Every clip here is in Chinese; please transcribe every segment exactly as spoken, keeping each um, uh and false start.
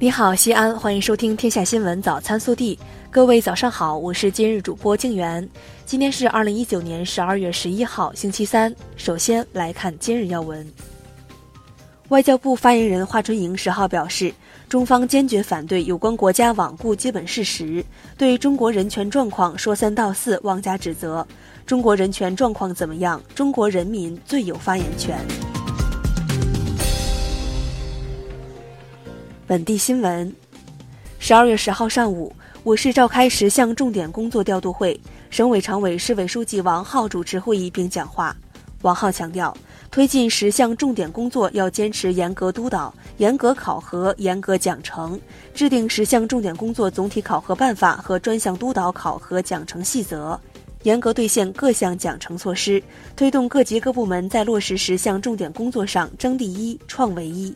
你好，西安，欢迎收听天下新闻早餐速递。各位早上好，我是今日主播静媛。今天是二零一九年十二月十一号，星期三。首先来看今日要闻。外交部发言人华春莹十号表示，中方坚决反对有关国家罔顾基本事实，对中国人权状况说三道四，妄加指责。中国人权状况怎么样？中国人民最有发言权。本地新闻，十二月十号上午，我市召开十项重点工作调度会，省委常委、市委书记王浩主持会议并讲话。王浩强调，推进十项重点工作要坚持严格督导、严格考核、严格奖惩，制定十项重点工作总体考核办法和专项督导考核奖惩细则，严格兑现各项奖惩措施，推动各级各部门在落实十项重点工作上争第一、创唯一。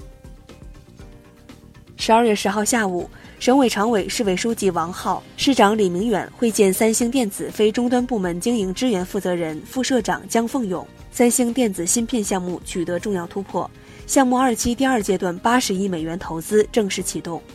十二月十号下午，省委常委、市委书记王浩、市长李明远会见三星电子非终端部门经营支援负责人、副社长姜凤勇。三星电子芯片项目取得重要突破，项目二期第二阶段八十亿美元投资正式启动。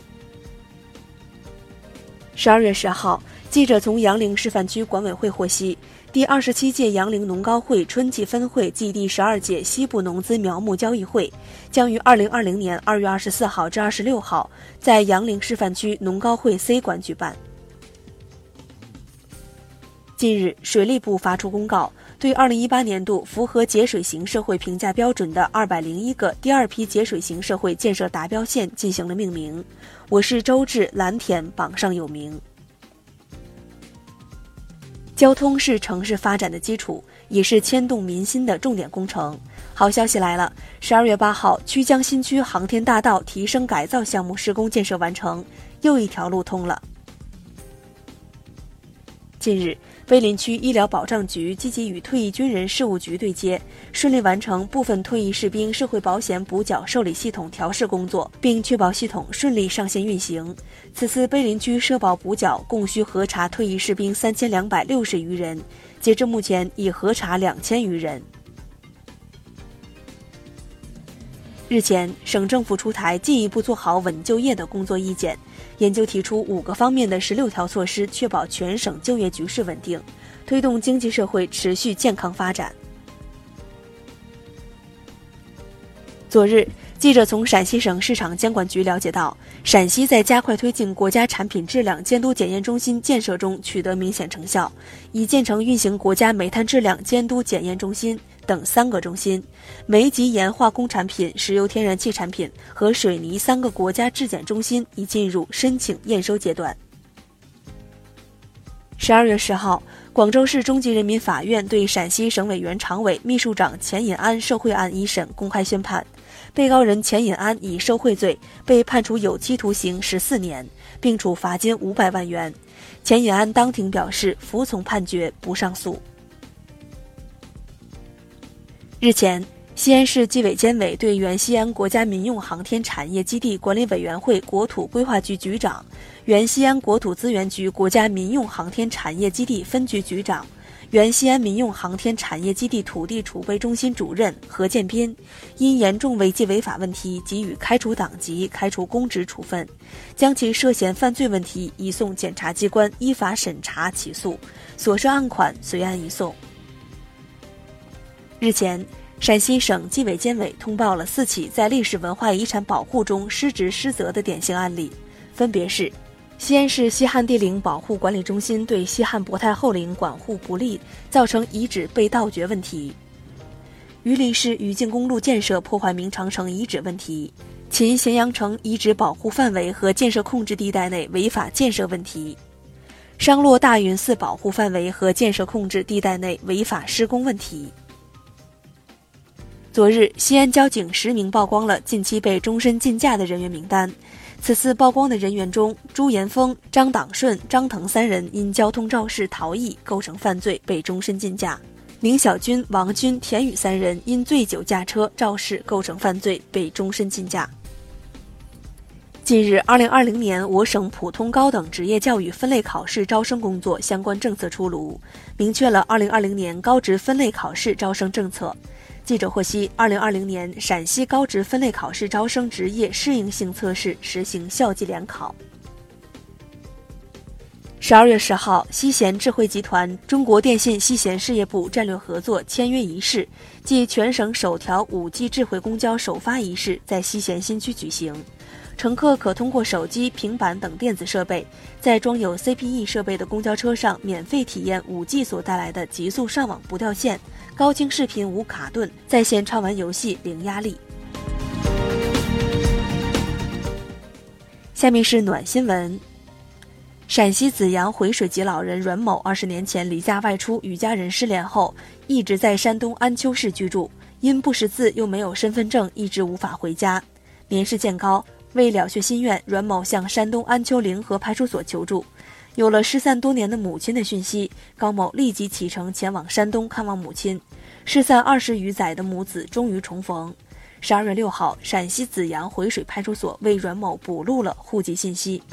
十二月十号，记者从杨凌示范区管委会获悉，第二十七届杨凌农高会春季分会暨第十二届西部农资苗木交易会将于二零二零年二月二十四号至二十六号在杨凌示范区农高会 C 馆举办。近日，水利部发出公告，对二零一八年度符合节水型社会评价标准的二百零一个第二批节水型社会建设达标县进行了命名。我市周至、蓝田榜上有名。交通是城市发展的基础，也是牵动民心的重点工程。好消息来了，十二月八号，曲江新区航天大道提升改造项目施工建设完成，又一条路通了。近日，碑林区医疗保障局积极与退役军人事务局对接，顺利完成部分退役士兵社会保险补缴受理系统调试工作，并确保系统顺利上线运行。此次碑林区社保补缴共需核查退役士兵三千两百六十余人，截至目前已核查两千余人。日前，省政府出台进一步做好稳就业的工作意见，研究提出五个方面的十六条措施，确保全省就业局势稳定，推动经济社会持续健康发展。昨日，记者从陕西省市场监管局了解到，陕西在加快推进国家产品质量监督检验中心建设中取得明显成效，已建成运行国家煤炭质量监督检验中心等三个中心，煤及盐化工产品、石油天然气产品和水泥三个国家质检中心已进入申请验收阶段。十二月十号，广州市中级人民法院对陕西省委原常委、秘书长钱引安受贿案一审公开宣判，被告人钱引安以受贿罪被判处有期徒刑十四年，并处罚金五百万元。钱引安当庭表示服从判决，不上诉。日前，西安市纪委监委对原西安国家民用航天产业基地管理委员会国土规划局局长、原西安国土资源局国家民用航天产业基地分局局长、原西安民用航天产业基地土地储备中心主任何建斌因严重违纪违法问题给予开除党籍、开除公职处分，将其涉嫌犯罪问题移送检察机关依法审查起诉，所涉案款随案移送。日前，陕西省纪委监委通报了四起在历史文化遗产保护中失职失责的典型案例，分别是西安市西汉帝陵保护管理中心对西汉博太后陵管护不力，造成遗址被盗掘问题；榆林市禹泾公路建设破坏明长城遗址问题；秦咸阳城遗址保护范围和建设控制地带内违法建设问题；商洛大云寺保护范围和建设控制地带内违法施工问题。昨日，西安交警实名曝光了近期被终身禁驾的人员名单。此次曝光的人员中，朱延峰、张党顺、张腾三人因交通肇事逃逸构成犯罪被终身禁驾；宁小军、王军、田宇三人因醉酒驾车肇事构成犯罪被终身禁驾。近日，二零二零年我省普通高等职业教育分类考试招生工作相关政策出炉，明确了二零二零年高职分类考试招生政策。 记者获悉，二零二零年陕西高职分类考试招生职业适应性测试实行校际联考。十二月十号，西咸智慧集团中国电信西咸事业部战略合作签约仪式暨全省首条 五 G 智慧公交首发仪式在西咸新区举行。乘客可通过手机、平板等电子设备，在装有 C P E 设备的公交车上免费体验 五 G 所带来的极速上网不掉线、高清视频无卡顿、在线畅玩游戏零压力。下面是暖新闻。陕西子阳回水籍老人阮某二十年前离家外出，与家人失联后，一直在山东安丘市居住，因不识字又没有身份证，一直无法回家。年事渐高，为了却心愿，阮某向山东安丘灵河派出所求助。有了失散多年的母亲的讯息，高某立即启程前往山东看望母亲。失散二十余载的母子终于重逢。十二月六号，陕西子阳回水派出所为阮某补录了户籍信息。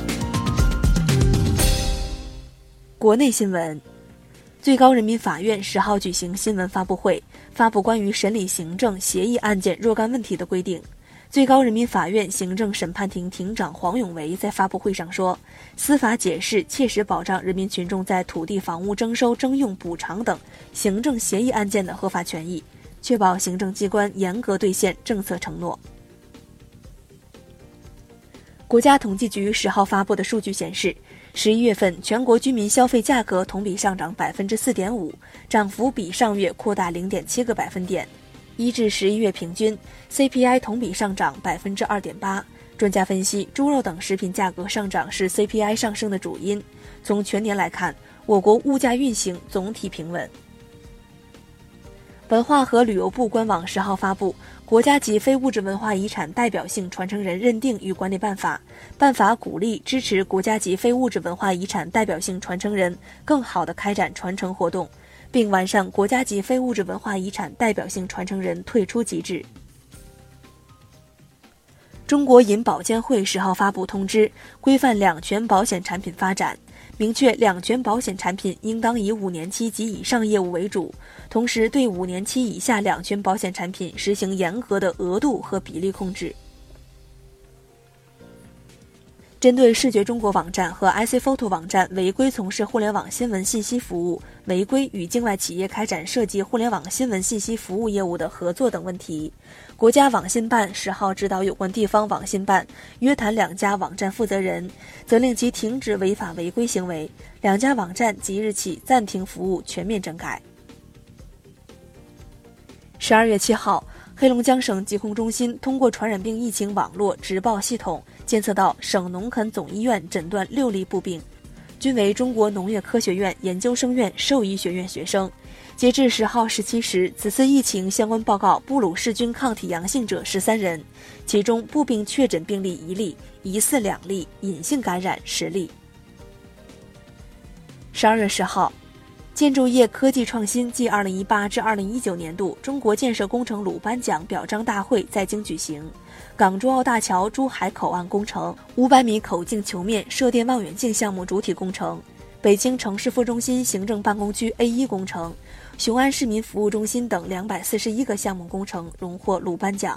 国内新闻，最高人民法院十号举行新闻发布会，发布关于审理行政协议案件若干问题的规定。最高人民法院行政审判庭庭长黄永维在发布会上说，司法解释切实保障人民群众在土地房屋征收、征用、补偿等行政协议案件的合法权益，确保行政机关严格兑现政策承诺。国家统计局十号发布的数据显示，十一月份全国居民消费价格同比上涨百分之四点五，涨幅比上月扩大零点七个百分点。一至十一月平均 C P I 同比上涨百分之二点八。专家分析，猪肉等食品价格上涨是 C P I 上升的主因。从全年来看，我国物价运行总体平稳。文化和旅游部官网十号发布《国家级非物质文化遗产代表性传承人认定与管理办法》，办法鼓励支持国家级非物质文化遗产代表性传承人更好地开展传承活动，并完善国家级非物质文化遗产代表性传承人退出机制。中国银保监会十号发布通知，规范两全保险产品发展，明确两全保险产品应当以五年期及以上业务为主，同时对五年期以下两全保险产品实行严格的额度和比例控制。针对视觉中国网站和 I C Photo 网站违规从事互联网新闻信息服务、违规与境外企业开展涉及互联网新闻信息服务业务的合作等问题，国家网信办十号指导有关地方网信办约谈两家网站负责人，责令其停止违法违规行为，两家网站即日起暂停服务，全面整改。十二月七号，黑龙江省疾控中心通过传染病疫情网络直报系统监测到省农垦总医院诊断六例步病，均为中国农业科学院研究生院兽医学院学生。截至十号十七时，此次疫情相关报告布鲁氏菌抗体阳性者十三人，其中步病确诊病例一例，疑似两例，隐性感染十例。十二月十号，建筑业科技创新暨二零一八至二零一九年度中国建设工程鲁班奖表彰大会在京举行。港珠澳大桥珠海口岸工程五百米口径球面射电望远镜项目主体工程，北京城市副中心行政办公区 A 一 工程，雄安市民服务中心等两百四十一个项目工程荣获鲁班奖。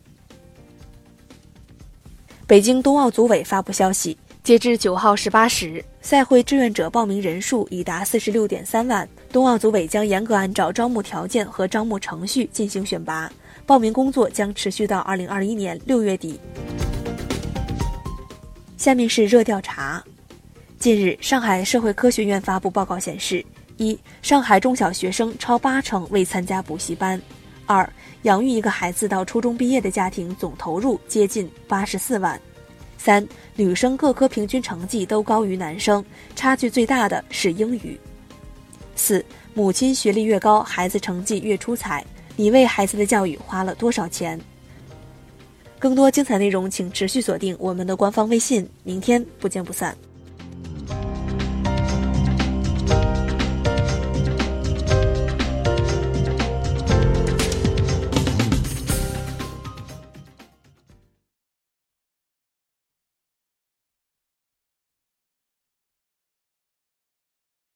北京冬奥组委发布消息，截至九号十八时，赛会志愿者报名人数已达四十六点三万，冬奥组委将严格按照招募条件和招募程序进行选拔，报名工作将持续到二零二一年六月底。下面是热调查。近日，上海社会科学院发布报告显示：一、上海中小学生超八成未参加补习班；二、养育一个孩子到初中毕业的家庭总投入接近八十四万；三、女生各科平均成绩都高于男生，差距最大的是英语；四、母亲学历越高，孩子成绩越出彩，你为孩子的教育花了多少钱？更多精彩内容请持续锁定我们的官方微信，明天不见不散。